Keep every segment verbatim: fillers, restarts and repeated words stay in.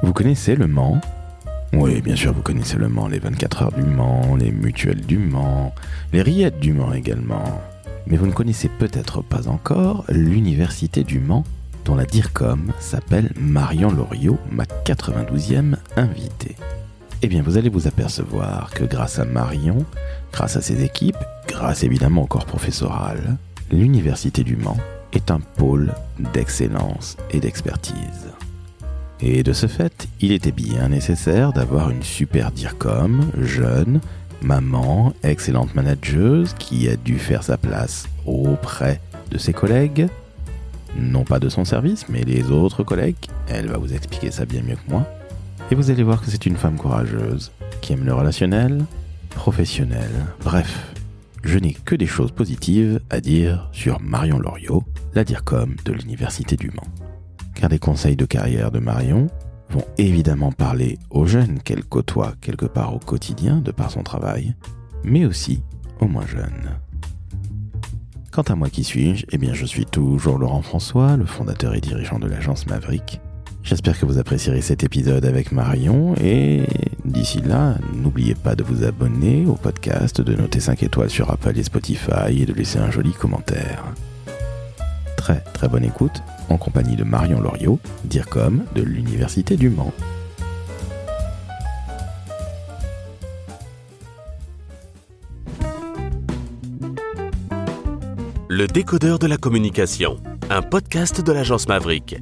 Vous connaissez le Mans ? Oui, bien sûr, vous connaissez le Mans, les vingt-quatre heures du Mans, les mutuelles du Mans, les rillettes du Mans également. Mais vous ne connaissez peut-être pas encore l'université du Mans, dont la DIRCOM s'appelle Marion Loriot, ma quatre-vingt-douzième invitée. Eh bien, vous allez vous apercevoir que grâce à Marion, grâce à ses équipes, grâce évidemment au corps professoral, l'université du Mans est un pôle d'excellence et d'expertise. Et de ce fait, il était bien nécessaire d'avoir une super DIRCOM, jeune, maman, excellente manageuse, qui a dû faire sa place auprès de ses collègues, non pas de son service, mais les autres collègues. Elle va vous expliquer ça bien mieux que moi. Et vous allez voir que c'est une femme courageuse, qui aime le relationnel, professionnel, bref. Je n'ai que des choses positives à dire sur Marion Loriot, la DIRCOM de l'Université du Mans. Car les conseils de carrière de Marion vont évidemment parler aux jeunes qu'elle côtoie quelque part au quotidien de par son travail, mais aussi aux moins jeunes. Quant à moi, qui suis-je ? Eh bien, je suis toujours Laurent François, le fondateur et dirigeant de l'agence Maverick. J'espère que vous apprécierez cet épisode avec Marion et d'ici là, n'oubliez pas de vous abonner au podcast, de noter cinq étoiles sur Apple et Spotify et de laisser un joli commentaire. Très très bonne écoute en compagnie de Marion Loriot, DIRCOM de l'Université du Mans. Le décodeur de la communication, un podcast de l'agence Maverick.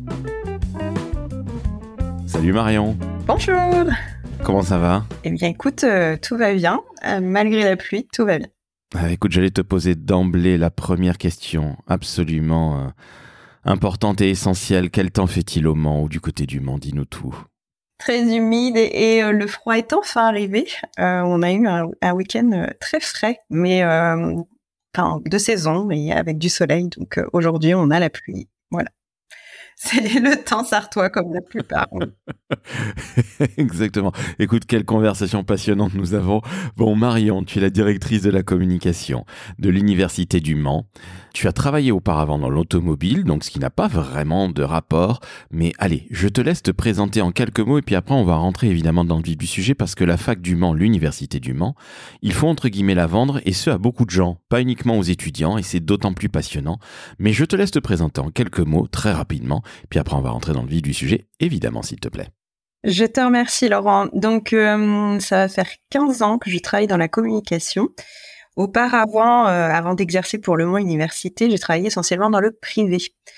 Salut Marion. Bonjour. Comment ça va ? Eh bien écoute, euh, tout va bien. Euh, malgré la pluie, tout va bien. Ah, écoute, j'allais te poser d'emblée la première question, absolument euh, importante et essentielle. Quel temps fait-il au Mans ou du côté du Mans ? Dis-nous tout. Très humide et, et euh, le froid est enfin arrivé. Euh, on a eu un, un week-end euh, très frais, mais euh, enfin, de saison, mais avec du soleil. Donc euh, aujourd'hui, on a la pluie. Voilà. C'est le temps sartois comme la plupart. Exactement. Écoute, quelle conversation passionnante nous avons. Bon, Marion, tu es la directrice de la communication de l'Université du Mans. Tu as travaillé auparavant dans l'automobile, donc ce qui n'a pas vraiment de rapport. Mais allez, je te laisse te présenter en quelques mots et puis après on va rentrer évidemment dans le vif du sujet parce que la fac du Mans, l'Université du Mans, il faut entre guillemets la vendre et ce à beaucoup de gens, pas uniquement aux étudiants et c'est d'autant plus passionnant. Mais je te laisse te présenter en quelques mots, très rapidement, puis après on va rentrer dans le vif du sujet, évidemment s'il te plaît. Je te remercie Laurent. Donc euh, ça va faire quinze ans que je travaille dans la communication. Auparavant, euh, avant d'exercer pour le Mans Université, j'ai travaillé essentiellement dans le privé.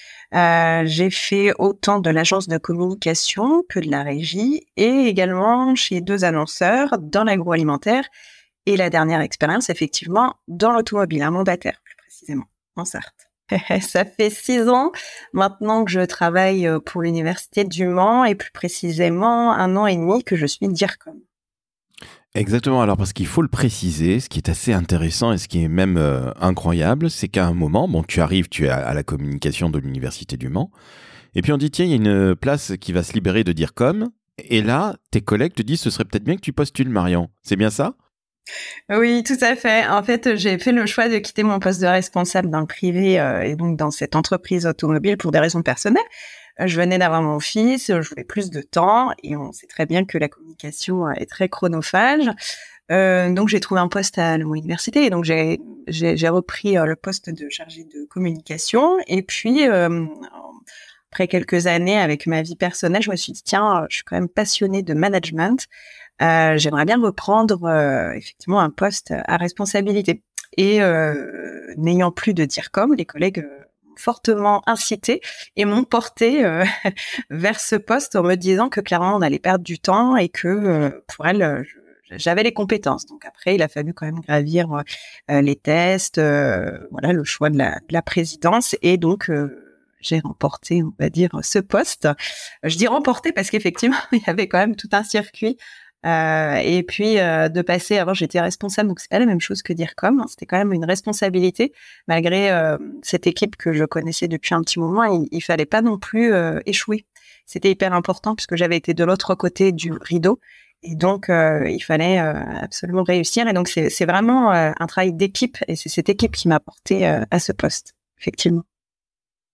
Euh, j'ai fait autant de l'agence de communication que de la régie et également chez deux annonceurs dans l'agroalimentaire et la dernière expérience, effectivement, dans l'automobile, un mandataire plus précisément, en Sarthe. Ça fait six ans maintenant que je travaille pour l'Université du Mans et plus précisément un an et demi que je suis DIRCOM. Exactement, alors parce qu'il faut le préciser, ce qui est assez intéressant et ce qui est même euh, incroyable, c'est qu'à un moment, bon, tu arrives, tu es à, à la communication de l'Université du Mans, et puis on dit, tiens, il y a une place qui va se libérer de DIRCOM, et là, tes collègues te disent, ce serait peut-être bien que tu postules, Marion. C'est bien ça ? Oui, tout à fait. En fait, j'ai fait le choix de quitter mon poste de responsable dans le privé euh, et donc dans cette entreprise automobile pour des raisons personnelles. Je venais d'avoir mon fils, je voulais plus de temps et on sait très bien que la communication est très chronophage. Euh, donc j'ai trouvé un poste à l'université et donc j'ai, j'ai, j'ai repris euh, le poste de chargé de communication et puis euh, après quelques années avec ma vie personnelle, je me suis dit tiens, je suis quand même passionnée de management, euh, j'aimerais bien reprendre euh, effectivement un poste à responsabilité et euh, n'ayant plus de DIRCOM, les collègues euh, fortement incité et m'ont porté euh, vers ce poste en me disant que clairement on allait perdre du temps et que euh, pour elle je, j'avais les compétences. Donc après il a fallu quand même gravir euh, les tests, euh, voilà le choix de la, de la présidence et donc euh, j'ai remporté on va dire ce poste. Je dis remporté parce qu'effectivement il y avait quand même tout un circuit. Euh, et puis euh, de passer, avant j'étais responsable, donc c'est pas la même chose que DIRCOM, hein, c'était quand même une responsabilité, malgré euh, cette équipe que je connaissais depuis un petit moment, il, il fallait pas non plus euh, échouer. C'était hyper important puisque j'avais été de l'autre côté du rideau, et donc euh, il fallait euh, absolument réussir, et donc c'est, c'est vraiment euh, un travail d'équipe, et c'est cette équipe qui m'a porté euh, à ce poste, effectivement.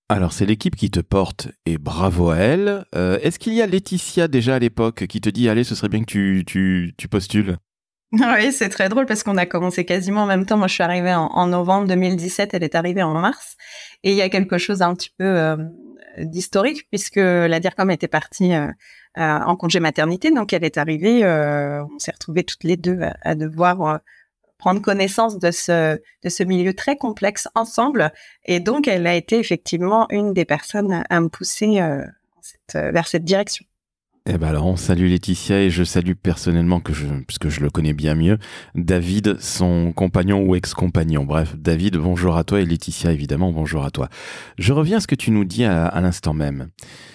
Alors, c'est l'équipe qui te porte et bravo à elle. Euh, est-ce qu'il y a Laetitia déjà à l'époque qui te dit « Allez, ce serait bien que tu, tu, tu postules ». Oui, c'est très drôle parce qu'on a commencé quasiment en même temps. Moi, je suis arrivée en, en novembre deux mille dix-sept, elle est arrivée en mars. Et il y a quelque chose un petit peu euh, d'historique puisque la DIRCOM était partie euh, euh, en congé maternité. Donc, elle est arrivée, euh, on s'est retrouvées toutes les deux à, à devoir euh, prendre connaissance de ce, de ce milieu très complexe ensemble. Et donc, elle a été effectivement une des personnes à, à me pousser euh, cette, vers cette direction. Eh ben alors, on salue Laetitia et je salue personnellement, que je, puisque je le connais bien mieux, David, son compagnon ou ex-compagnon. Bref, David, bonjour à toi et Laetitia, évidemment, bonjour à toi. Je reviens à ce que tu nous dis à, à l'instant même.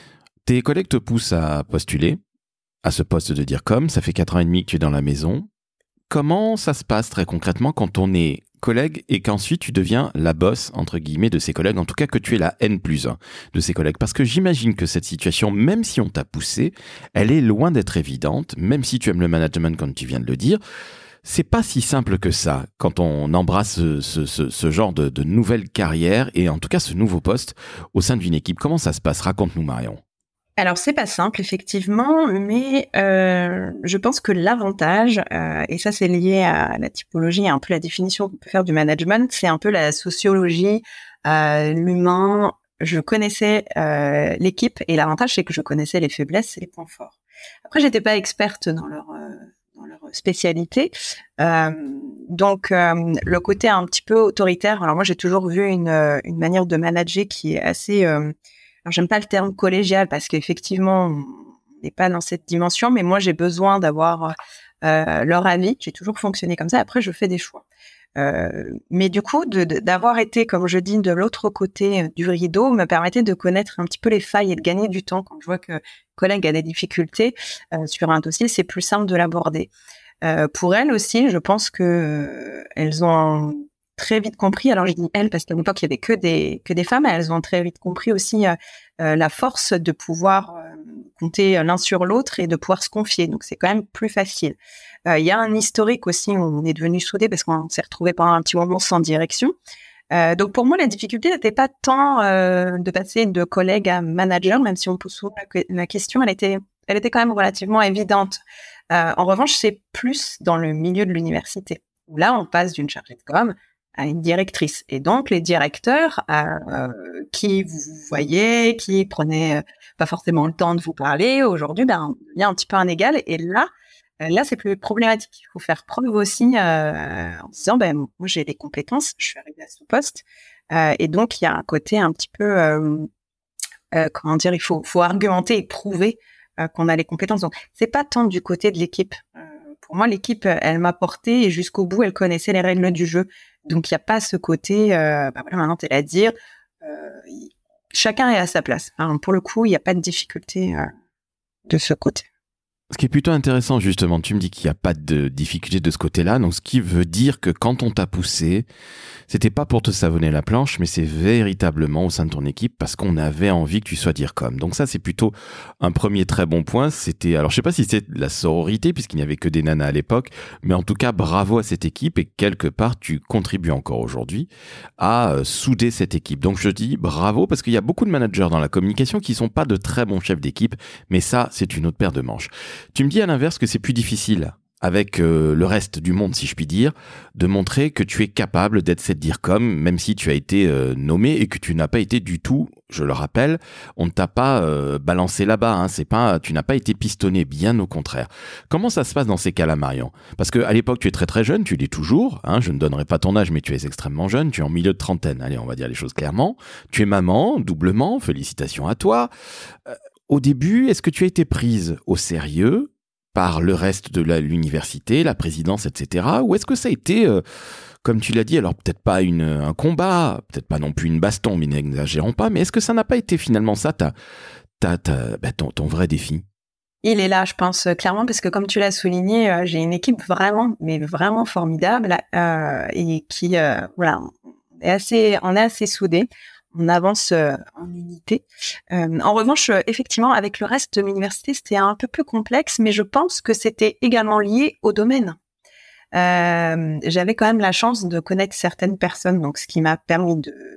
Tes collègues te poussent à postuler à ce poste de DIRCOM, ça fait quatre ans et demi que tu es dans la maison. Comment ça se passe très concrètement quand on est collègue et qu'ensuite tu deviens la boss, entre guillemets, de ses collègues, en tout cas que tu es la N plus un de ses collègues? Parce que j'imagine que cette situation, même si on t'a poussé, elle est loin d'être évidente, même si tu aimes le management comme tu viens de le dire. C'est pas si simple que ça quand on embrasse ce, ce, ce, ce genre de, de nouvelle carrière et en tout cas ce nouveau poste au sein d'une équipe. Comment ça se passe? Raconte-nous, Marion. Alors, c'est pas simple, effectivement, mais euh, je pense que l'avantage, euh, et ça c'est lié à la typologie, un peu la définition qu'on peut faire du management, c'est un peu la sociologie, euh, l'humain. Je connaissais euh, l'équipe et l'avantage, c'est que je connaissais les faiblesses et les points forts. Après, j'étais pas experte dans leur euh, dans leur spécialité, euh, donc euh, le côté un petit peu autoritaire. Alors moi, j'ai toujours vu une une manière de manager qui est assez euh, alors, j'aime pas le terme collégial parce qu'effectivement, on n'est pas dans cette dimension, mais moi, j'ai besoin d'avoir euh, leur avis. J'ai toujours fonctionné comme ça. Après, je fais des choix. Euh, mais du coup, de, de, d'avoir été, comme je dis, de l'autre côté du rideau me permettait de connaître un petit peu les failles et de gagner du temps. Quand je vois que un collègue a des difficultés euh, sur un dossier, c'est plus simple de l'aborder. Euh, pour elles aussi, je pense que euh, elles ont très vite compris, alors je dis elles parce qu'à l'époque il y avait que des que des femmes, elles ont très vite compris aussi euh, euh, la force de pouvoir euh, compter l'un sur l'autre et de pouvoir se confier. Donc c'est quand même plus facile. Euh, il y a un historique aussi où on est devenus soudés parce qu'on s'est retrouvés pendant un petit moment sans direction. Euh, donc pour moi la difficulté n'était pas tant euh, de passer de collègue à manager, même si on pose souvent la, la question, elle était elle était quand même relativement évidente. Euh, en revanche, c'est plus dans le milieu de l'université où là on passe d'une chargée de com à une directrice. Et donc, les directeurs euh, qui vous voyaient, qui prenaient euh, pas forcément le temps de vous parler, aujourd'hui, ben, on devient un petit peu un égal. Et là, euh, là, c'est plus problématique. Il faut faire preuve aussi euh, en disant, ben, moi, j'ai des compétences, je suis arrivée à ce poste. Euh, et donc, il y a un côté un petit peu, euh, euh, comment dire, il faut, faut argumenter et prouver euh, qu'on a les compétences. Donc, c'est pas tant du côté de l'équipe. Euh, pour moi, l'équipe, elle m'a porté et jusqu'au bout, elle connaissait les règles du jeu. Donc, il n'y a pas ce côté, euh, bah voilà, maintenant, t'es là à dire, euh, y, chacun est à sa place. Hein, pour le coup, il n'y a pas de difficulté euh, de ce côté. Ce qui est plutôt intéressant, justement, tu me dis qu'il n'y a pas de difficulté de ce côté-là, donc ce qui veut dire que quand on t'a poussé, c'était pas pour te savonner la planche, mais c'est véritablement au sein de ton équipe parce qu'on avait envie que tu sois DIRCOM. Donc ça, c'est plutôt un premier très bon point. C'était, alors je sais pas si c'est la sororité, puisqu'il n'y avait que des nanas à l'époque, mais en tout cas, bravo à cette équipe et quelque part, tu contribues encore aujourd'hui à euh, souder cette équipe. Donc je dis bravo parce qu'il y a beaucoup de managers dans la communication qui sont pas de très bons chefs d'équipe, mais ça, c'est une autre paire de manches. Tu me dis à l'inverse que c'est plus difficile avec euh, le reste du monde, si je puis dire, de montrer que tu es capable d'être cette DIRCOM, même si tu as été euh, nommé et que tu n'as pas été du tout, je le rappelle, on ne t'a pas euh, balancé là-bas, hein, c'est pas, tu n'as pas été pistonné, bien au contraire. Comment ça se passe dans ces cas-là, Marion? Parce qu'à l'époque, tu es très très jeune, tu l'es toujours, hein, je ne donnerai pas ton âge, mais tu es extrêmement jeune, tu es en milieu de trentaine, allez, on va dire les choses clairement. Tu es maman, doublement, félicitations à toi. Euh, au début, est-ce que tu as été prise au sérieux par le reste de la, l'université, la présidence, et cetera. Ou est-ce que ça a été, euh, comme tu l'as dit, alors peut-être pas une, un combat, peut-être pas non plus une baston, mais n'exagérons pas, mais est-ce que ça n'a pas été finalement ça, ta, ta, ta, bah, ton, ton vrai défi? Il est là, je pense, clairement, parce que comme tu l'as souligné, euh, j'ai une équipe vraiment, mais vraiment formidable euh, et qui, euh, voilà, est assez, on est assez soudés. On avance euh, en unité. Euh, en revanche, euh, effectivement, avec le reste de l'université, c'était un peu plus complexe, mais je pense que c'était également lié au domaine. Euh, j'avais quand même la chance de connaître certaines personnes, donc ce qui m'a permis de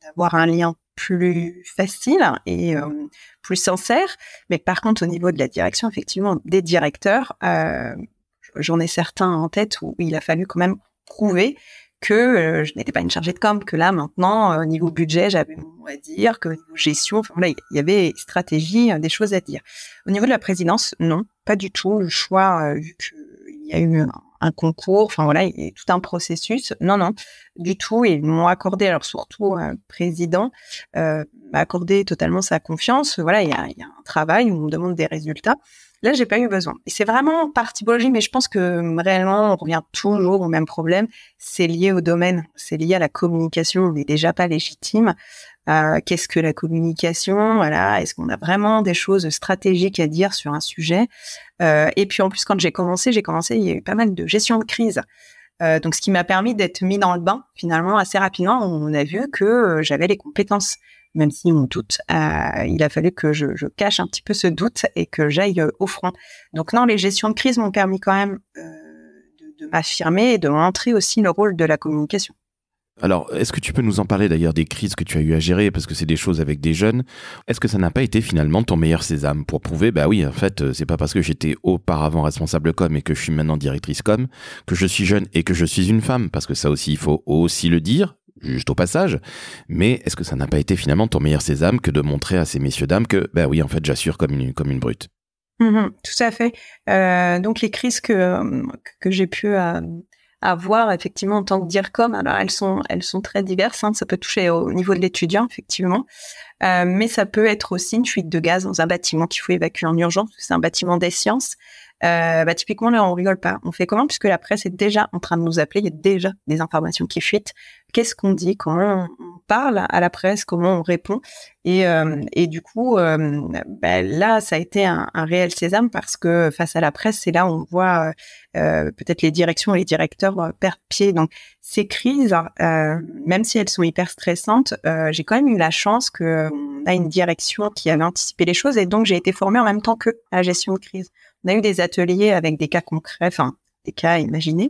d'avoir un lien plus facile et euh, plus sincère. Mais par contre, au niveau de la direction, effectivement, des directeurs, euh, j'en ai certains en tête où il a fallu quand même prouver que euh, je n'étais pas une chargée de com, que là, maintenant, euh, au niveau budget, j'avais mon mot à dire, que au niveau gestion, enfin, voilà, il y avait stratégie, euh, des choses à dire. Au niveau de la présidence, non, pas du tout. Le choix, euh, vu qu'il y a eu un, un concours, enfin voilà, il y a tout un processus. Non, non, du tout. Ils m'ont accordé, alors surtout un président, euh, m'a accordé totalement sa confiance. Voilà, il y a, il y a un travail où on me demande des résultats. Là, j'ai pas eu besoin. Et c'est vraiment par typologie, mais je pense que réellement, on revient toujours au même problème. C'est lié au domaine, c'est lié à la communication. On n'est déjà pas légitime. Euh, qu'est-ce que la communication? Voilà, est-ce qu'on a vraiment des choses stratégiques à dire sur un sujet? euh, Et puis en plus, quand j'ai commencé, j'ai commencé, il y a eu pas mal de gestion de crise. Euh, donc, ce qui m'a permis d'être mis dans le bain, finalement, assez rapidement. On a vu que euh, j'avais les compétences. Même si on doute, euh, il a fallu que je, je cache un petit peu ce doute et que j'aille euh, au front. Donc non, les gestions de crise m'ont permis quand même euh, de, de m'affirmer et de montrer aussi le rôle de la communication. Alors, est-ce que tu peux nous en parler d'ailleurs des crises que tu as eu à gérer, parce que c'est des choses avec des jeunes. Est-ce que ça n'a pas été finalement ton meilleur sésame pour prouver, bah oui, en fait, c'est pas parce que j'étais auparavant responsable com et que je suis maintenant directrice com que je suis jeune et que je suis une femme, parce que ça aussi, il faut aussi le dire. Juste au passage, mais est-ce que ça n'a pas été finalement ton meilleur sésame que de montrer à ces messieurs-dames que, ben oui, en fait, j'assure comme une, comme une brute. Mmh, tout à fait. Euh, donc, les crises que, que j'ai pu euh, avoir, effectivement, en tant que DIRCOM, alors elles sont, elles sont très diverses, hein, ça peut toucher au niveau de l'étudiant, effectivement, euh, mais ça peut être aussi une fuite de gaz dans un bâtiment qu'il faut évacuer en urgence, c'est un bâtiment des sciences. Euh, bah, typiquement, là, on rigole pas. On fait comment? Puisque la presse est déjà en train de nous appeler. Il y a déjà des informations qui fuitent. Qu'est-ce qu'on dit? Comment on parle à la presse? Comment on répond? Et, euh, et du coup, euh, bah, là, ça a été un, un réel sésame parce que face à la presse, c'est là où on voit euh, peut-être les directions et les directeurs euh, perdre pied. Donc, ces crises, euh, même si elles sont hyper stressantes, euh, j'ai quand même eu la chance qu'on a une direction qui avait anticipé les choses et donc j'ai été formée en même temps que à la gestion de crise. On a eu des ateliers avec des cas concrets, enfin des cas imaginés.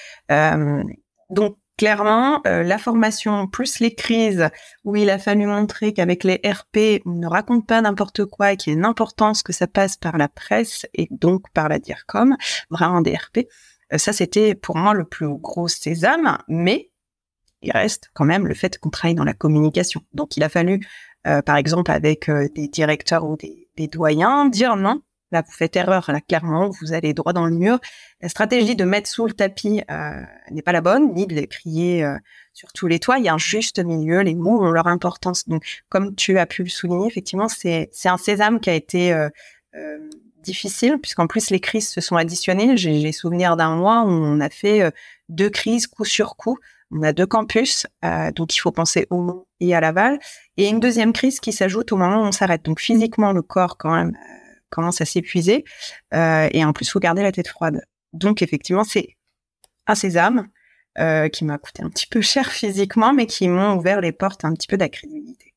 Euh, donc clairement, euh, la formation plus les crises où il a fallu montrer qu'avec les R P, on ne raconte pas n'importe quoi et qu'il y a une importance que ça passe par la presse et donc par la DIRCOM, vraiment des R P. Euh, ça, c'était pour moi le plus gros sésame, mais il reste quand même le fait qu'on travaille dans la communication. Donc il a fallu, euh, par exemple, avec euh, des directeurs ou des, des doyens, dire non. Là, vous faites erreur, là, clairement, vous allez droit dans le mur. La stratégie de mettre sous le tapis euh, n'est pas la bonne, ni de les crier euh, sur tous les toits. Il y a un juste milieu, les mots ont leur importance. Donc, comme tu as pu le souligner, effectivement, c'est, c'est un sésame qui a été euh, euh, difficile, puisqu'en plus, les crises se sont additionnées. J'ai, j'ai souvenir d'un mois où on a fait euh, deux crises coup sur coup. On a deux campus, euh, donc il faut penser au Mont et à Laval. Et une deuxième crise qui s'ajoute au moment où on s'arrête. Donc, physiquement, le corps, quand même... Euh, commence à s'épuiser euh, et en plus, il faut garder la tête froide. Donc, effectivement, c'est un sésame euh, qui m'a coûté un petit peu cher physiquement, mais qui m'ont ouvert les portes un petit peu de la crédibilité.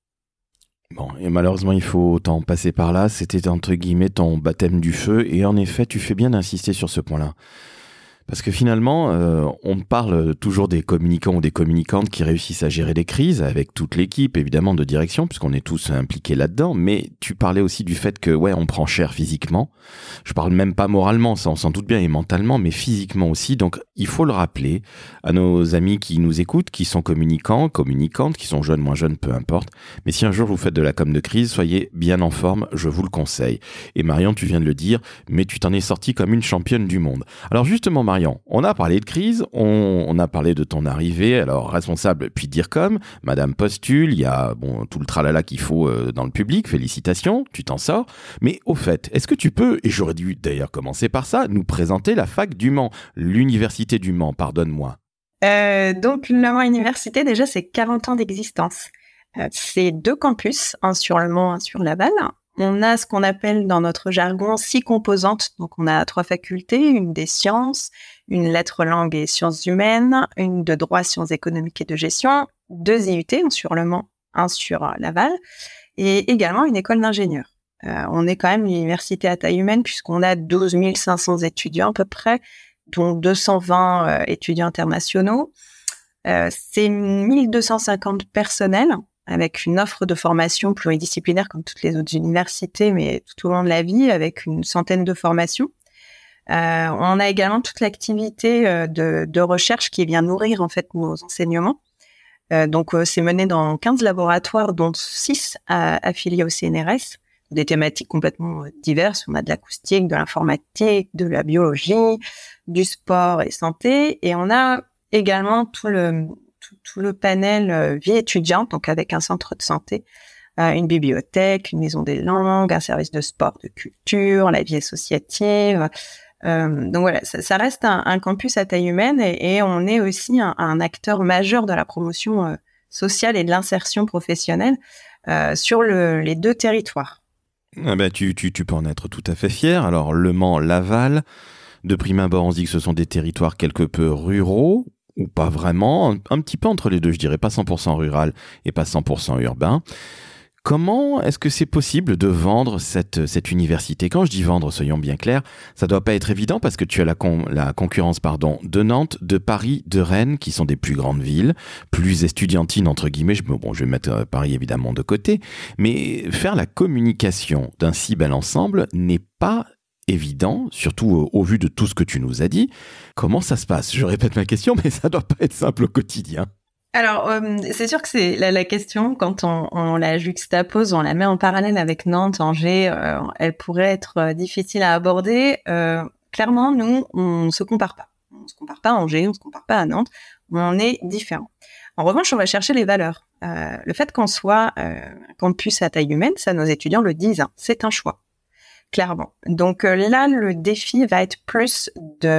Bon, et malheureusement, il faut t'en passer par là. C'était entre guillemets ton baptême du feu. Et en effet, tu fais bien d'insister sur ce point-là. Parce que finalement, euh, on parle toujours des communicants ou des communicantes qui réussissent à gérer les crises avec toute l'équipe, évidemment, de direction, puisqu'on est tous impliqués là-dedans. Mais tu parlais aussi du fait que, ouais, on prend cher physiquement. Je parle même pas moralement, ça on s'en doute bien, et mentalement, mais physiquement aussi. Donc, il faut le rappeler à nos amis qui nous écoutent, qui sont communicants, communicantes, qui sont jeunes, moins jeunes, peu importe. Mais si un jour vous faites de la com de crise, soyez bien en forme, je vous le conseille. Et Marion, tu viens de le dire, mais tu t'en es sortie comme une championne du monde. Alors justement, Marion, on a parlé de crise, on, on a parlé de ton arrivée, alors responsable puis DIRCOM, Madame postule, il y a bon tout le tralala qu'il faut euh, dans le public, félicitations, tu t'en sors. Mais au fait, est-ce que tu peux, et j'aurais dû d'ailleurs commencer par ça, nous présenter la fac du Mans, l'université du Mans, pardonne-moi. Euh, donc le Mans Université, déjà, c'est quarante ans d'existence. Euh, c'est deux campus, un sur le Mans, un sur Laval. On a ce qu'on appelle dans notre jargon six composantes. Donc, on a trois facultés, une des sciences, une lettres, langues et sciences humaines, une de droit, sciences économiques et de gestion, deux I U T, un sur le Mans, un sur Laval, et également une école d'ingénieurs. Euh, on est quand même une université à taille humaine puisqu'on a douze mille cinq cents étudiants à peu près, dont deux cent vingt euh, étudiants internationaux. Euh, c'est mille deux cent cinquante personnels. avec une offre de formation pluridisciplinaire comme toutes les autres universités, mais tout au long de la vie, avec une centaine de formations. Euh, on a également toute l'activité euh, de, de recherche qui vient nourrir en fait nos enseignements. Euh, donc, euh, c'est mené dans quinze laboratoires, dont six euh, affiliés au C N R S, des thématiques complètement euh, diverses. On a de l'acoustique, de l'informatique, de la biologie, du sport et santé. Et on a également tout le, tout, tout le panel euh, vie étudiante, donc avec un centre de santé, euh, une bibliothèque, une maison des langues, un service de sport, de culture, la vie associative. Euh, donc voilà, ça, ça reste un, un campus à taille humaine et, et on est aussi un, un acteur majeur de la promotion euh, sociale et de l'insertion professionnelle euh, sur le, les deux territoires. Ah ben, tu, tu, tu peux en être tout à fait fier. Alors, Le Mans, Laval, de prime abord, on se dit que ce sont des territoires quelque peu ruraux, ou pas vraiment, un, un petit peu entre les deux, je dirais, pas cent pour cent rural et pas cent pour cent urbain. Comment est-ce que c'est possible de vendre cette, cette université ? Quand je dis vendre, soyons bien clairs, ça doit pas être évident parce que tu as la, con, la concurrence pardon, de Nantes, de Paris, de Rennes, qui sont des plus grandes villes, plus estudiantines entre guillemets. Je, bon, je vais mettre Paris évidemment de côté, mais faire la communication d'un si bel ensemble n'est pas évident, surtout au, au vu de tout ce que tu nous as dit. Comment ça se passe ? Je répète ma question, mais ça doit pas être simple au quotidien. Alors, euh, c'est sûr que c'est la, la question, quand on, on la juxtapose, on la met en parallèle avec Nantes, Angers, euh, elle pourrait être euh, difficile à aborder. Euh, clairement, nous, on se compare pas. On se compare pas à Angers, on se compare pas à Nantes. On est différents. En revanche, on va chercher les valeurs. Euh, le fait qu'on soit euh, un campus à taille humaine, ça, nos étudiants le disent, hein, c'est un choix. Clairement. Donc euh, là, le défi va être plus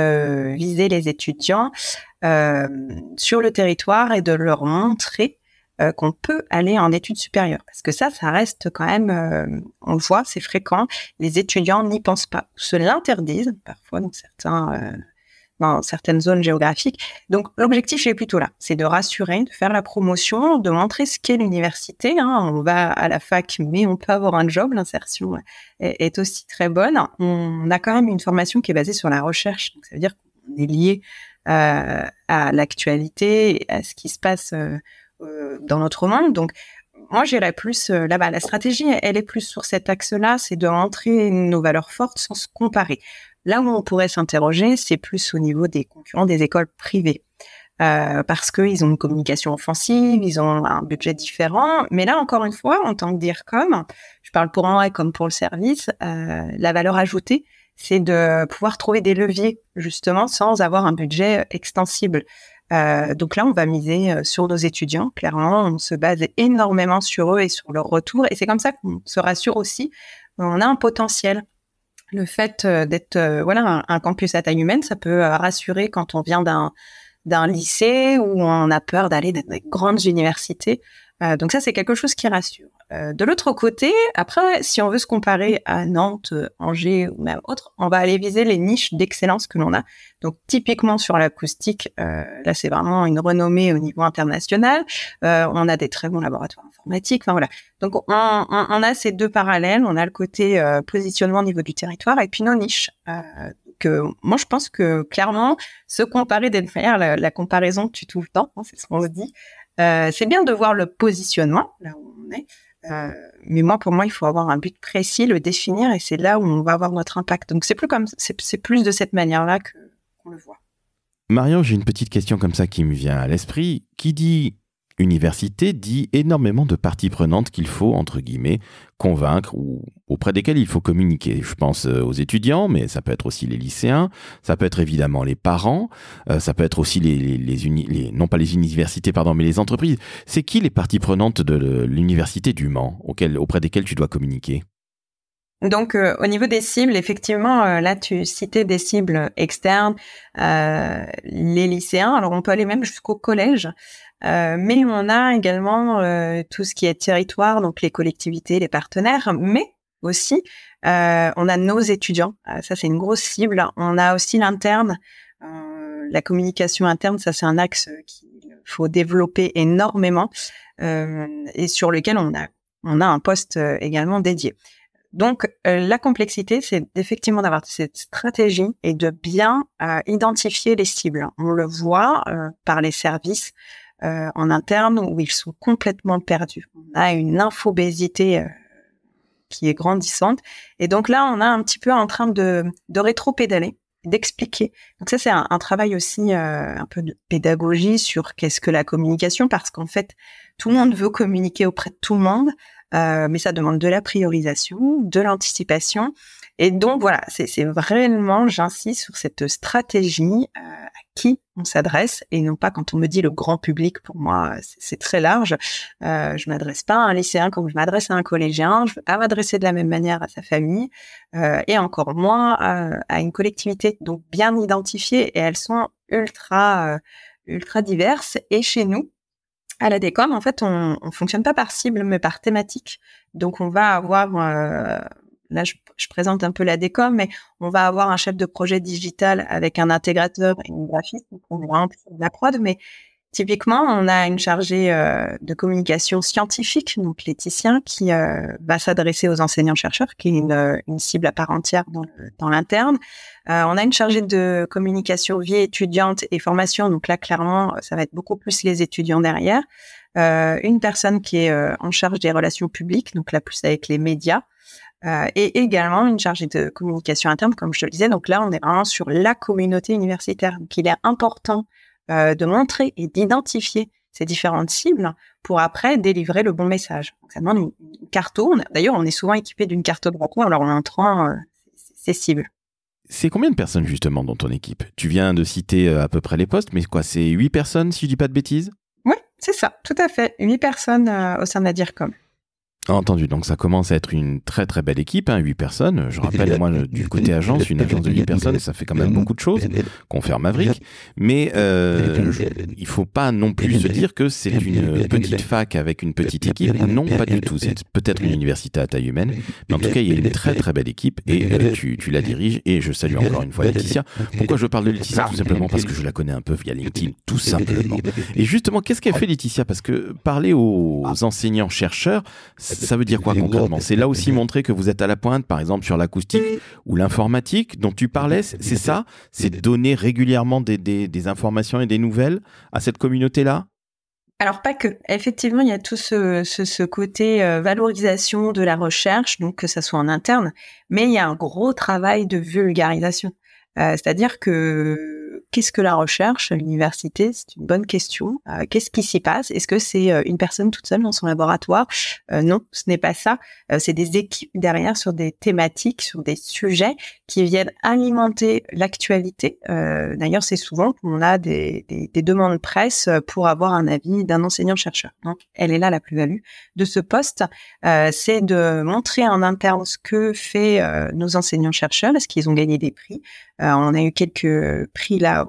de viser les étudiants euh, sur le territoire et de leur montrer euh, qu'on peut aller en études supérieures. Parce que ça, ça reste quand même, euh, on le voit, c'est fréquent, les étudiants n'y pensent pas, se l'interdisent parfois dans certains... Euh, dans certaines zones géographiques. Donc, l'objectif est plutôt là. C'est de rassurer, de faire la promotion, de montrer ce qu'est l'université. Hein. On va à la fac, mais on peut avoir un job. L'insertion est, est aussi très bonne. On a quand même une formation qui est basée sur la recherche. Donc, ça veut dire qu'on est lié euh, à l'actualité, à ce qui se passe euh, euh, dans notre monde. Donc, moi, j'irais plus euh, là-bas. La stratégie, elle est plus sur cet axe-là, c'est de montrer nos valeurs fortes sans se comparer. Là où on pourrait s'interroger, c'est plus au niveau des concurrents des écoles privées. Euh, parce qu'ils ont une communication offensive, ils ont un budget différent. Mais là, encore une fois, en tant que DIRCOM, je parle pour moi comme pour le service, euh, la valeur ajoutée, c'est de pouvoir trouver des leviers, justement, sans avoir un budget extensible. Euh, donc là, on va miser sur nos étudiants. Clairement, on se base énormément sur eux et sur leur retour. Et c'est comme ça qu'on se rassure aussi. On a un potentiel. Le fait d'être euh, voilà un, un campus à taille humaine, ça peut euh, rassurer quand on vient d'un d'un lycée où on a peur d'aller dans des grandes universités. Euh, donc ça, c'est quelque chose qui rassure. Euh, de l'autre côté, après, si on veut se comparer à Nantes, Angers ou même autre, on va aller viser les niches d'excellence que l'on a. Donc typiquement sur l'acoustique, euh, là c'est vraiment une renommée au niveau international. Euh, on a des très bons laboratoires informatiques. Enfin voilà. Donc on, on, on a ces deux parallèles. On a le côté euh, positionnement au niveau du territoire et puis nos niches. Euh, que moi je pense que clairement se comparer d'être manière, la, la comparaison tue tout le temps, hein, c'est ce qu'on se dit. Euh, c'est bien de voir le positionnement là où on est. Euh, mais moi, pour moi, il faut avoir un but précis, le définir, et c'est là où on va avoir notre impact. Donc, c'est plus comme, c'est, c'est plus de cette manière-là que, qu'on le voit. Marion, j'ai une petite question comme ça qui me vient à l'esprit. Qui dit université dit énormément de parties prenantes qu'il faut, entre guillemets, convaincre ou auprès desquelles il faut communiquer. Je pense aux étudiants, mais ça peut être aussi les lycéens, ça peut être évidemment les parents, euh, ça peut être aussi les, les, les, uni, les non pas les universités, pardon, mais les entreprises. C'est qui les parties prenantes de l'université du Mans auquel, auprès desquelles tu dois communiquer ? Donc, euh, au niveau des cibles, effectivement, euh, là, tu citais des cibles externes, euh, les lycéens. Alors, on peut aller même jusqu'au collège. Euh, mais on a également euh, tout ce qui est territoire, donc les collectivités, les partenaires, mais aussi euh, on a nos étudiants. Euh, ça, c'est une grosse cible. On a aussi l'interne, euh, la communication interne. Ça, c'est un axe qu'il faut développer énormément euh, et sur lequel on a on a un poste également dédié. Donc, euh, la complexité, c'est effectivement d'avoir cette stratégie et de bien euh, identifier les cibles. On le voit euh, par les services. euh, en interne où ils sont complètement perdus. On a une infobésité euh, qui est grandissante. Et donc là, on est un petit peu en train de, de rétro-pédaler, d'expliquer. Donc ça, c'est un, un travail aussi euh, un peu de pédagogie sur qu'est-ce que la communication, parce qu'en fait, tout le monde veut communiquer auprès de tout le monde, euh, mais ça demande de la priorisation, de l'anticipation. Et donc voilà, c'est, c'est vraiment, j'insiste sur cette stratégie euh, à qui on s'adresse, et non pas quand on me dit le grand public, pour moi, c'est, c'est très large. Euh, je m'adresse pas à un lycéen comme je m'adresse à un collégien, je veux pas m'adresser de la même manière à sa famille, euh, et encore moins à, à une collectivité. Donc bien identifiées, et elles sont ultra, euh, ultra diverses. Et chez nous, à la Décom, en fait, on, on fonctionne pas par cible, mais par thématique. Donc on va avoir... Euh, Là, je, je présente un peu la Décom, mais on va avoir un chef de projet digital avec un intégrateur et une graphiste. Donc, on est un peu de la prod, mais typiquement, on a une chargée euh, de communication scientifique, donc Laetitia, qui euh, va s'adresser aux enseignants-chercheurs, qui est une, une cible à part entière dans, le, dans l'interne. Euh, on a une chargée de communication vie étudiante et formation, donc là, clairement, ça va être beaucoup plus les étudiants derrière. Euh, une personne qui est euh, en charge des relations publiques, donc là, plus avec les médias. Euh, et également une chargée de communication interne, comme je te le disais. Donc là, on est vraiment sur la communauté universitaire. Donc il est important euh, de montrer et d'identifier ces différentes cibles pour après délivrer le bon message. Donc, ça demande une, une carto. D'ailleurs, on est souvent équipé d'une cartographie en leur montrant euh, ces cibles. C'est combien de personnes justement dans ton équipe ? Tu viens de citer euh, à peu près les postes, mais quoi, c'est huit personnes si je dis pas de bêtises ? Oui, c'est ça, tout à fait. huit personnes euh, au sein de la DIRCOM. Entendu, donc ça commence à être une très très belle équipe, hein, huit personnes. Je rappelle, moi, du côté agence, une agence de huit personnes, ça fait quand même beaucoup de choses, confère Maverick. Mais euh, je, il faut pas non plus se dire que c'est une petite fac avec une petite équipe. Non, pas du tout. C'est peut-être une université à taille humaine, mais en tout cas, il y a une très très belle équipe et euh, tu, tu la diriges. Et je salue encore une fois Laetitia. Pourquoi je parle de Laetitia ? Tout simplement parce que je la connais un peu via LinkedIn, tout simplement. Et justement, qu'est-ce qu'elle fait Laetitia ? Parce que parler aux enseignants-chercheurs, ça veut dire quoi concrètement ? C'est là aussi montrer que vous êtes à la pointe, par exemple sur l'acoustique ou l'informatique dont tu parlais, c'est ça ? C'est donner régulièrement des, des, des informations et des nouvelles à cette communauté-là ? Alors pas que. Effectivement, il y a tout ce, ce, ce côté euh, valorisation de la recherche, donc que ça soit en interne, mais il y a un gros travail de vulgarisation. Euh, c'est-à-dire que qu'est-ce que la recherche à l'université ? C'est une bonne question. Euh, qu'est-ce qui s'y passe ? Est-ce que c'est euh, une personne toute seule dans son laboratoire ? euh, Non, ce n'est pas ça. Euh, c'est des équipes derrière sur des thématiques, sur des sujets qui viennent alimenter l'actualité. Euh, d'ailleurs, c'est souvent qu'on a des, des, des demandes presse pour avoir un avis d'un enseignant-chercheur. Donc, elle est là la plus-value de ce poste. Euh, c'est de montrer en interne ce que fait euh, nos enseignants-chercheurs. Est-ce qu'ils ont gagné des prix ? Euh, on a eu quelques prix là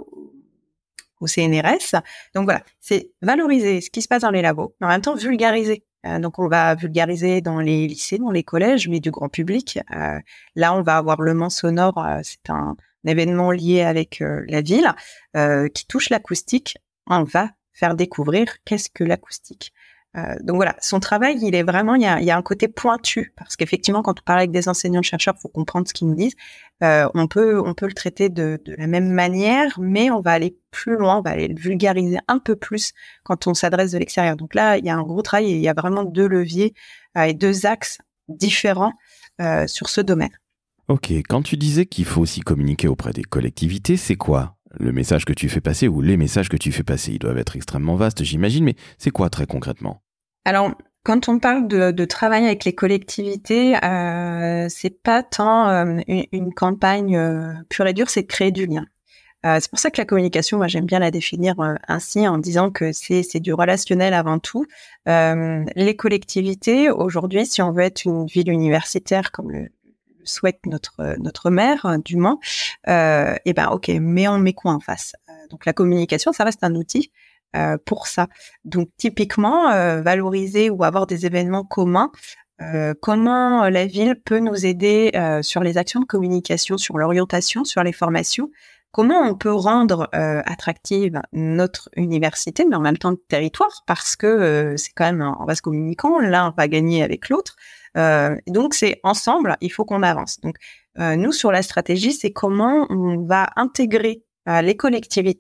au C N R S. Donc voilà, c'est valoriser ce qui se passe dans les labos, mais en même temps vulgariser. Euh, donc on va vulgariser dans les lycées, dans les collèges, mais du grand public. Euh, là, on va avoir le Mans sonore. Euh, c'est un, un événement lié avec euh, la ville euh, qui touche l'acoustique. On va faire découvrir qu'est-ce que l'acoustique. Euh, donc voilà, son travail, il est vraiment, il y a, il y a un côté pointu, parce qu'effectivement, quand on parle avec des enseignants-chercheurs, il faut comprendre ce qu'ils nous disent. Euh, on peut, on peut le traiter de, de la même manière, mais on va aller plus loin, on va aller le vulgariser un peu plus quand on s'adresse de l'extérieur. Donc là, il y a un gros travail et il y a vraiment deux leviers euh, et deux axes différents euh, sur ce domaine. Ok, quand tu disais qu'il faut aussi communiquer auprès des collectivités, c'est quoi le message que tu fais passer ou les messages que tu fais passer? Ils doivent être extrêmement vastes, j'imagine, mais c'est quoi très concrètement? Alors, quand on parle de, de travail avec les collectivités, euh, c'est pas tant euh, une, une campagne euh, pure et dure, c'est de créer du lien. Euh, c'est pour ça que la communication, moi, j'aime bien la définir euh, ainsi, en disant que c'est, c'est du relationnel avant tout. Euh, les collectivités, aujourd'hui, si on veut être une ville universitaire comme le souhaite notre notre maire hein, du Mans, euh, et ben ok, mais on met quoi en face? euh, Donc la communication, ça reste un outil euh, pour ça. Donc typiquement, euh, valoriser ou avoir des événements communs. Euh, comment la ville peut nous aider euh, sur les actions de communication, sur l'orientation, sur les formations? Comment on peut rendre euh, attractive notre université, mais en même temps le territoire, parce que euh, c'est quand même en vase communicant. L'un va gagner avec l'autre. Euh, donc c'est ensemble, il faut qu'on avance. Donc euh, nous sur la stratégie, c'est comment on va intégrer euh, les collectivités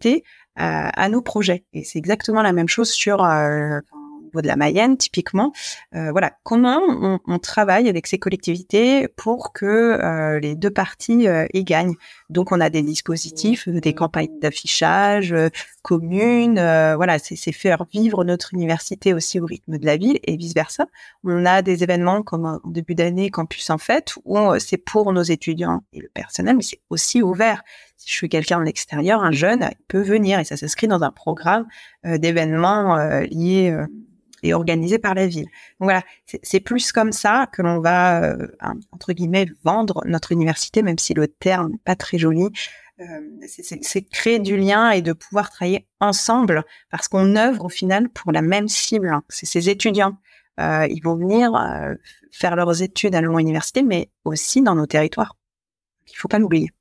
à nos projets. Et c'est exactement la même chose sur euh, au niveau de la Mayenne, typiquement. Euh, voilà, comment on, on travaille avec ces collectivités pour que euh, les deux parties euh, y gagnent. Donc, on a des dispositifs, des campagnes d'affichage euh, communes. Euh, voilà, c'est, c'est faire vivre notre université aussi au rythme de la ville et vice-versa. On a des événements comme en début d'année, Campus en Fête, où c'est pour nos étudiants et le personnel, mais c'est aussi ouvert. Si je suis quelqu'un de l'extérieur, un jeune, il peut venir et ça s'inscrit dans un programme euh, d'événements euh, liés euh, et organisés par la ville. Donc voilà, c'est, c'est plus comme ça que l'on va, euh, entre guillemets, vendre notre université, même si le terme n'est pas très joli. Euh, c'est, c'est, c'est créer du lien et de pouvoir travailler ensemble parce qu'on œuvre au final pour la même cible. C'est ces étudiants. Euh, ils vont venir euh, faire leurs études à l'université, mais aussi dans nos territoires. Il ne faut pas l'oublier.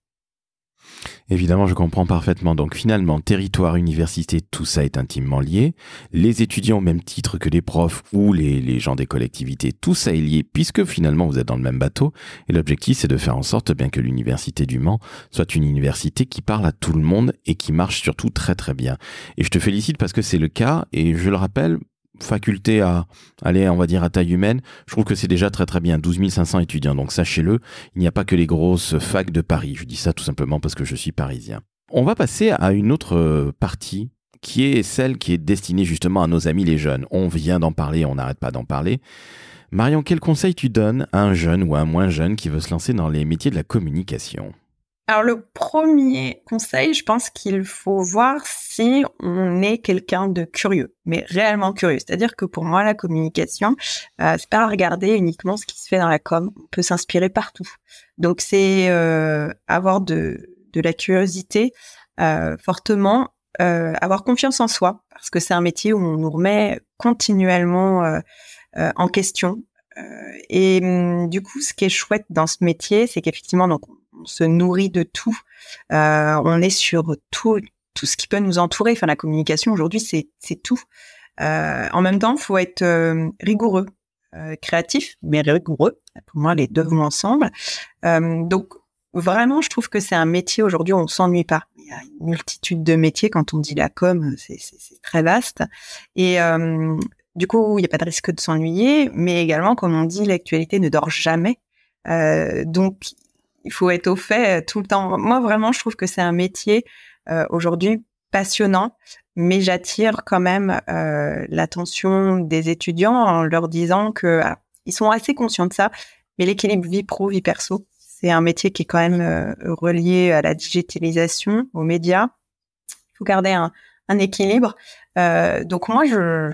Évidemment, je comprends parfaitement. Donc finalement, territoire, université, tout ça est intimement lié. Les étudiants au même titre que les profs ou les, les gens des collectivités, tout ça est lié puisque finalement vous êtes dans le même bateau. Et l'objectif, c'est de faire en sorte bien que l'université du Mans soit une université qui parle à tout le monde et qui marche surtout très très bien. Et je te félicite parce que c'est le cas et je le rappelle, faculté à aller, on va dire, à taille humaine, je trouve que c'est déjà très très bien, douze mille cinq cents étudiants, donc sachez-le, il n'y a pas que les grosses facs de Paris, je dis ça tout simplement parce que je suis parisien. On va passer à une autre partie qui est celle qui est destinée justement à nos amis les jeunes. On vient d'en parler, on n'arrête pas d'en parler. Marion, quel conseil tu donnes à un jeune ou à un moins jeune qui veut se lancer dans les métiers de la communication ? Alors, le premier conseil, je pense qu'il faut voir si on est quelqu'un de curieux, mais réellement curieux. C'est-à-dire que pour moi, la communication, euh, c'est pas regarder uniquement ce qui se fait dans la com. On peut s'inspirer partout. Donc, c'est euh, avoir de, de la curiosité euh, fortement, euh, avoir confiance en soi, parce que c'est un métier où on nous remet continuellement euh, euh, en question. Euh, et hum, du coup, ce qui est chouette dans ce métier, c'est qu'effectivement, donc, on se nourrit de tout. Euh, on est sur tout, tout ce qui peut nous entourer. Enfin, la communication aujourd'hui, c'est, c'est tout. Euh, en même temps, il faut être euh, rigoureux, euh, créatif, mais rigoureux. Pour moi, les deux vont ensemble. Euh, donc, vraiment, je trouve que c'est un métier aujourd'hui où on s'ennuie pas. Il y a une multitude de métiers. Quand on dit la com, c'est, c'est, c'est très vaste. Et euh, du coup, il n'y a pas de risque de s'ennuyer. Mais également, comme on dit, l'actualité ne dort jamais. Euh, donc, il faut être au fait tout le temps. Moi, vraiment, je trouve que c'est un métier euh, aujourd'hui passionnant, mais j'attire quand même euh, l'attention des étudiants en leur disant que ah, ils sont assez conscients de ça, mais l'équilibre vie pro, vie perso, c'est un métier qui est quand même euh, relié à la digitalisation, aux médias. Il faut garder un, un équilibre. Euh, donc moi, je...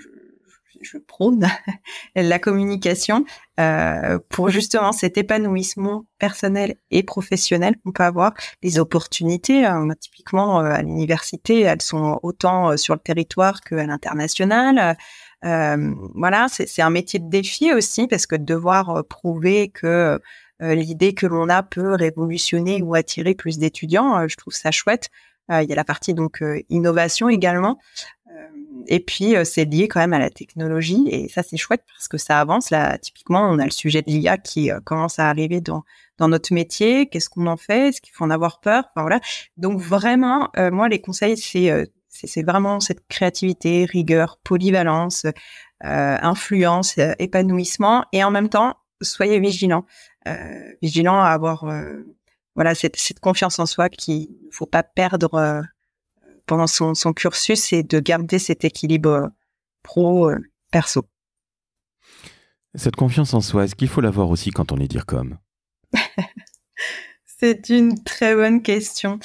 je prône la communication euh, pour justement cet épanouissement personnel et professionnel qu'on peut avoir. Les opportunités, hein, typiquement euh, à l'université, elles sont autant euh, sur le territoire qu'à l'international. Euh, voilà, c'est, c'est un métier de défi aussi parce que devoir euh, prouver que euh, l'idée que l'on a peut révolutionner ou attirer plus d'étudiants, euh, je trouve ça chouette. Euh, il y a la partie donc euh, innovation également. Et puis, euh, c'est lié quand même à la technologie. Et ça, c'est chouette parce que ça avance. Là, typiquement, on a le sujet de l'I A qui euh, commence à arriver dans, dans notre métier. Qu'est-ce qu'on en fait ? Est-ce qu'il faut en avoir peur ? Enfin, voilà. Donc, vraiment, euh, moi, les conseils, c'est, euh, c'est, c'est vraiment cette créativité, rigueur, polyvalence, euh, influence, euh, épanouissement. Et en même temps, soyez vigilants. Euh, vigilants à avoir euh, voilà, cette, cette confiance en soi qu'il ne faut pas perdre euh, pendant son, son cursus et de garder cet équilibre pro-perso. Cette confiance en soi, est-ce qu'il faut l'avoir aussi quand on est DIRCOM ? C'est une très bonne question.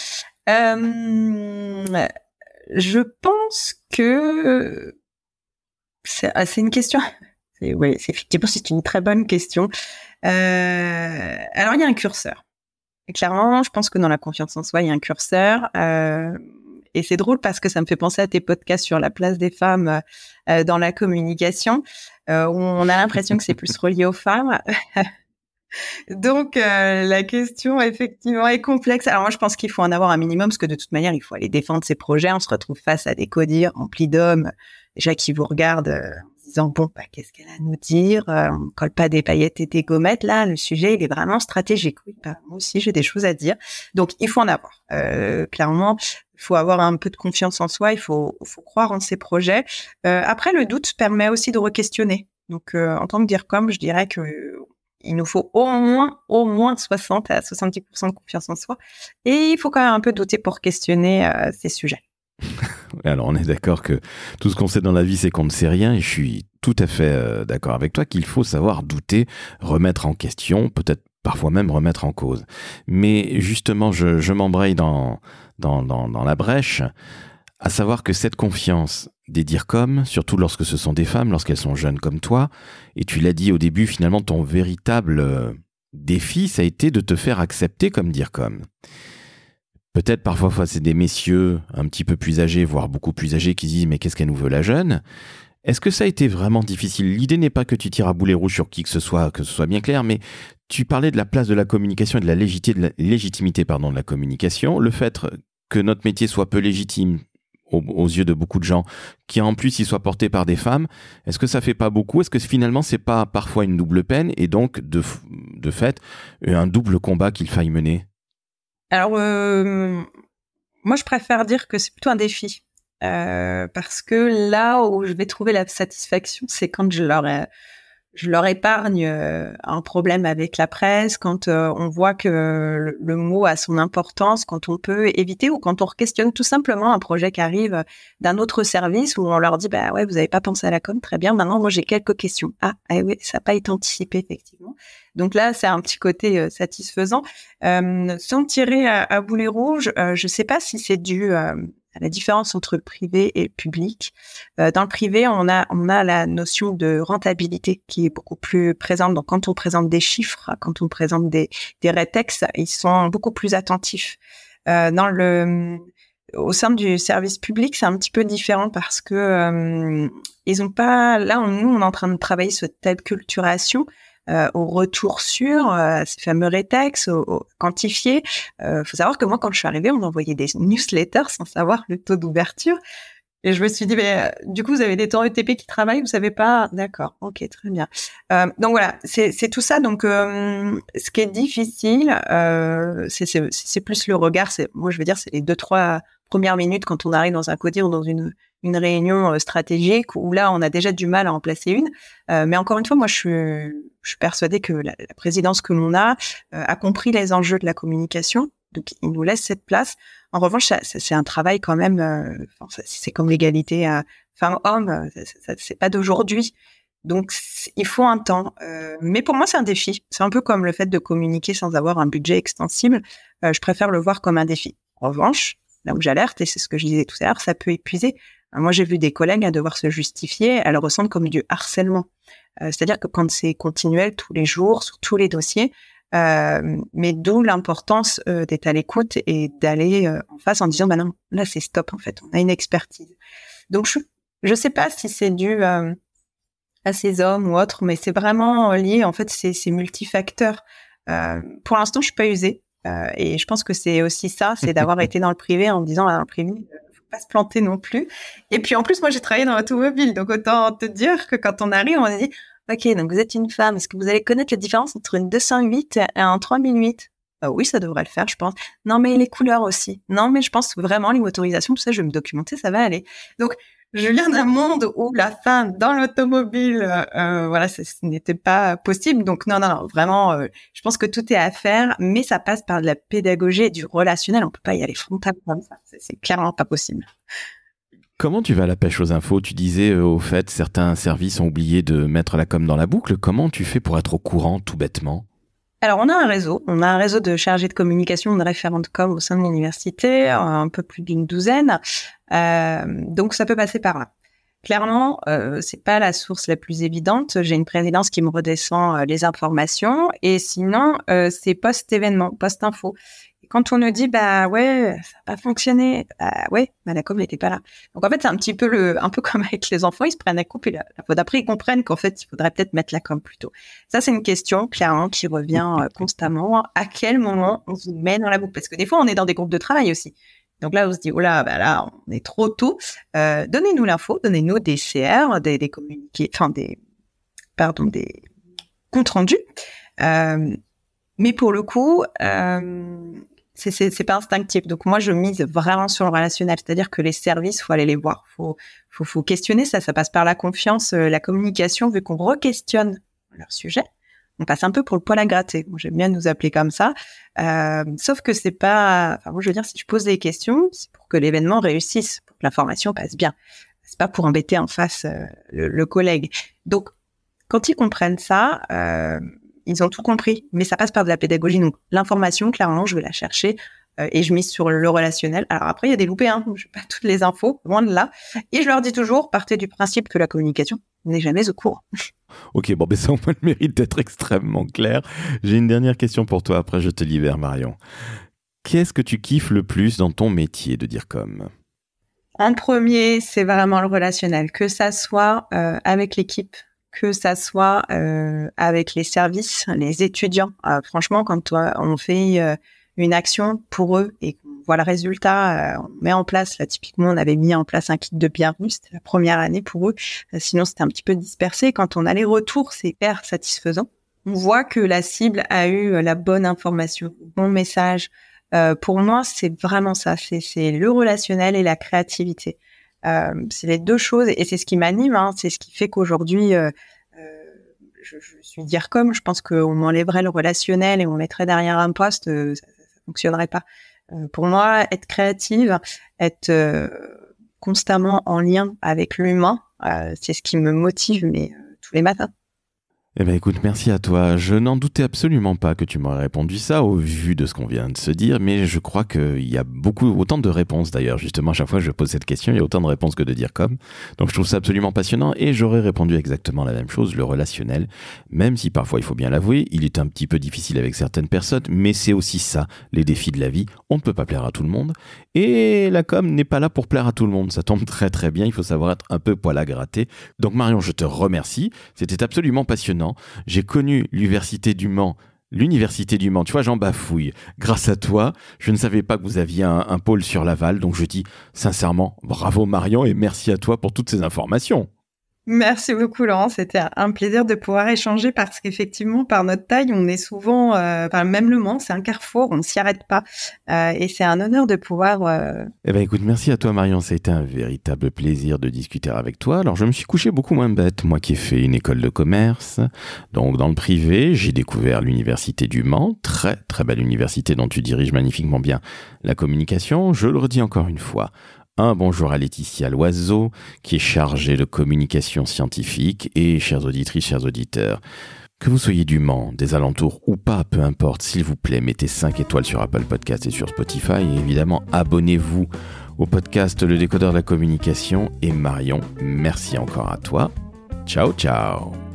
Euh, je pense que c'est, c'est une question. C'est, oui, c'est effectivement c'est une très bonne question. Euh, alors il y a un curseur. Et clairement, je pense que dans la confiance en soi, il y a un curseur. Euh, Et c'est drôle parce que ça me fait penser à tes podcasts sur la place des femmes euh, dans la communication, euh, où on a l'impression que c'est plus relié aux femmes. Donc, euh, la question, effectivement, est complexe. Alors moi, je pense qu'il faut en avoir un minimum, parce que de toute manière, il faut aller défendre ses projets. On se retrouve face à des codires remplis d'hommes, déjà qui vous regardent euh, en disant bon, bah, qu'est-ce qu'elle a à nous dire, euh, on colle pas des paillettes et des gommettes. Là, le sujet, il est vraiment stratégique. Oui, bah, moi aussi, j'ai des choses à dire. Donc, il faut en avoir. Euh, clairement, il faut avoir un peu de confiance en soi. Il faut, faut croire en ses projets. Euh, après, le doute permet aussi de re-questionner. Donc, euh, en tant que dire comme, je dirais que il nous faut au moins, au moins soixante à soixante-dix pour cent de confiance en soi. Et il faut quand même un peu douter pour questionner euh, ces sujets. Alors, on est d'accord que tout ce qu'on sait dans la vie, c'est qu'on ne sait rien. Et je suis tout à fait euh, d'accord avec toi qu'il faut savoir douter, remettre en question, peut-être parfois même remettre en cause. Mais justement, je, je m'embraye dans, dans, dans, dans la brèche, à savoir que cette confiance des DIRCOM, surtout lorsque ce sont des femmes, lorsqu'elles sont jeunes comme toi, et tu l'as dit au début, finalement, ton véritable euh, défi, ça a été de te faire accepter comme DIRCOM. Peut-être parfois c'est des messieurs un petit peu plus âgés, voire beaucoup plus âgés, qui disent « mais qu'est-ce qu'elle nous veut la jeune ?» Est-ce que ça a été vraiment difficile ? L'idée n'est pas que tu tires à boulet rouge sur qui que ce soit, que ce soit bien clair, mais tu parlais de la place de la communication et de la légitimité, de la, légitimité pardon, de la communication. Le fait que notre métier soit peu légitime aux, aux yeux de beaucoup de gens, qui en plus il soit porté par des femmes, est-ce que ça fait pas beaucoup ? Est-ce que finalement c'est pas parfois une double peine et donc de, de fait un double combat qu'il faille mener ? Alors, euh, moi, je préfère dire que c'est plutôt un défi. Euh, parce que là où je vais trouver la satisfaction, c'est quand je leur, je leur épargne euh, un problème avec la presse, quand euh, on voit que le, le mot a son importance, quand on peut éviter ou quand on questionne tout simplement un projet qui arrive d'un autre service où on leur dit bah ouais, vous avez pas pensé à la com, très bien, maintenant moi j'ai quelques questions. Ah, ah oui, ça n'a pas été anticipé effectivement. Donc là, c'est un petit côté euh, satisfaisant. Euh, sans tirer à, à boulet rouge, euh, je sais pas si c'est dû euh, à la différence entre le privé et le public. Euh, dans le privé, on a on a la notion de rentabilité qui est beaucoup plus présente. Donc, quand on présente des chiffres, quand on présente des des rétex, ils sont beaucoup plus attentifs. Euh, dans le au sein du service public, c'est un petit peu différent parce que euh, ils ont pas. Là, on, nous, on est en train de travailler sur telle culturation. Euh, au retour sur euh, ces fameux rétex, au, au quantifié. Il euh, faut savoir que moi, quand je suis arrivée, on m'envoyait des newsletters sans savoir le taux d'ouverture. Et je me suis dit, mais, euh, du coup, vous avez des temps E T P qui travaillent, vous savez pas ? D'accord, ok, très bien. Euh, donc voilà, c'est, c'est tout ça. Donc, euh, ce qui est difficile, euh, c'est, c'est, c'est plus le regard. C'est, moi, je veux dire, c'est les deux, trois premières minutes quand on arrive dans un codir ou dans une une réunion stratégique où là, on a déjà du mal à en placer une. Euh, mais encore une fois, moi, je suis, je suis persuadée que la, la présidence que l'on a euh, a compris les enjeux de la communication. Donc, il nous laisse cette place. En revanche, ça, ça, c'est un travail quand même, euh, enfin, c'est comme l'égalité euh, femmes-hommes, ça, ça, c'est pas d'aujourd'hui. Donc, il faut un temps. Euh, mais pour moi, c'est un défi. C'est un peu comme le fait de communiquer sans avoir un budget extensible. Euh, je préfère le voir comme un défi. En revanche, là où j'alerte, et c'est ce que je disais tout à l'heure, ça peut épuiser. Moi, j'ai vu des collègues à devoir se justifier, elles ressentent comme du harcèlement. Euh, c'est-à-dire que quand c'est continuel tous les jours, sur tous les dossiers, euh, mais d'où l'importance euh, d'être à l'écoute et d'aller euh, en face en disant, bah non, là c'est stop en fait, on a une expertise. Donc je je sais pas si c'est dû euh, à ces hommes ou autres, mais c'est vraiment lié, en fait, c'est, c'est multifacteur. Euh, pour l'instant, je suis pas usée, euh, et je pense que c'est aussi ça, c'est d'avoir été dans le privé en me disant, ah, dans le privé, pas se planter non plus. Et puis en plus, moi j'ai travaillé dans l'automobile, donc autant te dire que quand on arrive, on a dit ok, donc vous êtes une femme, est-ce que vous allez connaître la différence entre une deux cent huit et un trois mille huit? Euh, oui, ça devrait le faire, je pense. Non, mais les couleurs aussi. Non, mais je pense que vraiment les motorisations, tout ça, je vais me documenter, ça va aller. Donc je viens d'un monde où la femme dans l'automobile, euh, voilà, ça, ce n'était pas possible. Donc non, non, non, vraiment, euh, je pense que tout est à faire, mais ça passe par de la pédagogie et du relationnel. On peut pas y aller frontal comme ça. C'est, c'est clairement pas possible. Comment tu vas à la pêche aux infos ? Tu disais, euh, au fait, certains services ont oublié de mettre la com dans la boucle. Comment tu fais pour être au courant, tout bêtement ? Alors, on a un réseau. On a un réseau de chargés de communication, de référents de com au sein de l'université, un peu plus d'une douzaine. Euh, donc, ça peut passer par là. Clairement, euh, c'est pas la source la plus évidente. J'ai une présidence qui me redescend euh, les informations. Et sinon, euh, c'est post-événement, post-info. Et quand on nous dit, bah ouais, ça n'a pas fonctionné, bah ouais, bah la com n'était pas là. Donc en fait, c'est un petit peu le, un peu comme avec les enfants, ils se prennent un coup, et la, la fois d'après, ils comprennent qu'en fait, il faudrait peut-être mettre la com plus tôt. Ça, c'est une question, clairement, qui revient euh, constamment. À quel moment on vous met dans la boucle ? Parce que des fois, on est dans des groupes de travail aussi. Donc là, on se dit, oh là, bah là, on est trop tôt. Euh, donnez-nous l'info, donnez-nous des C R, des, des communiqués, enfin des, pardon, des comptes rendus. Euh, mais pour le coup, euh, c'est, c'est, c'est pas instinctif. Donc moi, je mise vraiment sur le relationnel, c'est-à-dire que les services, faut aller les voir, faut, faut, faut questionner ça. Ça passe par la confiance, euh, la communication, vu qu'on re-questionne leur sujet. On passe un peu pour le poil à gratter. Moi, j'aime bien nous appeler comme ça. Euh, sauf que c'est pas, enfin, moi, je veux dire, si tu poses des questions, c'est pour que l'événement réussisse, pour que l'information passe bien. C'est pas pour embêter en face euh, le, le collègue. Donc, quand ils comprennent ça, euh, ils ont tout compris. Mais ça passe par de la pédagogie. Donc, l'information, clairement, je vais la chercher euh, et je mise sur le relationnel. Alors après, il y a des loupés, hein. Je n'ai pas toutes les infos, loin de là. Et je leur dis toujours, partez du principe que la communication n'est jamais au courant. Ok, bon, ben ça, on a le mérite d'être extrêmement clair. J'ai une dernière question pour toi, après je te libère, Marion. Qu'est-ce que tu kiffes le plus dans ton métier de DIRCOM ? En premier, c'est vraiment le relationnel, que ça soit euh, avec l'équipe, que ça soit euh, avec les services, les étudiants. Euh, franchement, quand toi, on fait euh, une action pour eux et qu'on voit le résultat, euh, on met en place, là typiquement, on avait mis en place un kit de bienvenue, c'était la première année pour eux, euh, sinon c'était un petit peu dispersé. Quand on a les retours, c'est hyper satisfaisant. On voit que la cible a eu la bonne information, le bon message. Euh, pour moi, c'est vraiment ça, c'est, c'est le relationnel et la créativité. Euh, c'est les deux choses et c'est ce qui m'anime, hein, c'est ce qui fait qu'aujourd'hui, euh, euh, je, je suis DIRCOM, je pense qu'on m'enlèverait le relationnel et on mettrait derrière un poste, euh, ça, ça, ça fonctionnerait pas. Euh, pour moi, être créative, être euh, constamment en lien avec l'humain, euh, c'est ce qui me motive, mais euh, tous les matins. Eh bien écoute, merci à toi. Je n'en doutais absolument pas que tu m'aurais répondu ça au vu de ce qu'on vient de se dire, mais je crois qu'il y a beaucoup, autant de réponses d'ailleurs. Justement, à chaque fois que je pose cette question, il y a autant de réponses que de DIRCOM. Donc je trouve ça absolument passionnant et j'aurais répondu exactement la même chose, le relationnel. Même si parfois, il faut bien l'avouer, il est un petit peu difficile avec certaines personnes, mais c'est aussi ça, les défis de la vie. On ne peut pas plaire à tout le monde et la com n'est pas là pour plaire à tout le monde. Ça tombe très très bien, il faut savoir être un peu poil à gratter. Donc Marion, je te remercie. C'était absolument passionnant. J'ai connu l'Université du Mans, l'Université du Mans, tu vois, j'en bafouille. Grâce à toi, je ne savais pas que vous aviez un, un pôle sur Laval, donc je dis sincèrement bravo Marion et merci à toi pour toutes ces informations. Merci beaucoup Laurent, c'était un plaisir de pouvoir échanger parce qu'effectivement par notre taille on est souvent, euh, enfin, même le Mans c'est un carrefour, on ne s'y arrête pas euh, et c'est un honneur de pouvoir... Euh... Eh ben écoute, merci à toi Marion, ça a été un véritable plaisir de discuter avec toi. Alors je me suis couché beaucoup moins bête, moi qui ai fait une école de commerce, donc dans le privé j'ai découvert l'Université du Mans, très très belle université dont tu diriges magnifiquement bien la communication, je le redis encore une fois. Un bonjour à Laetitia Loiseau, qui est chargée de communication scientifique, et chères auditrices, chers auditeurs, que vous soyez du Mans, des alentours ou pas, peu importe, s'il vous plaît, mettez cinq étoiles sur Apple Podcast et sur Spotify, et évidemment, abonnez-vous au podcast Le Décodeur de la Communication, et Marion, merci encore à toi. Ciao, ciao.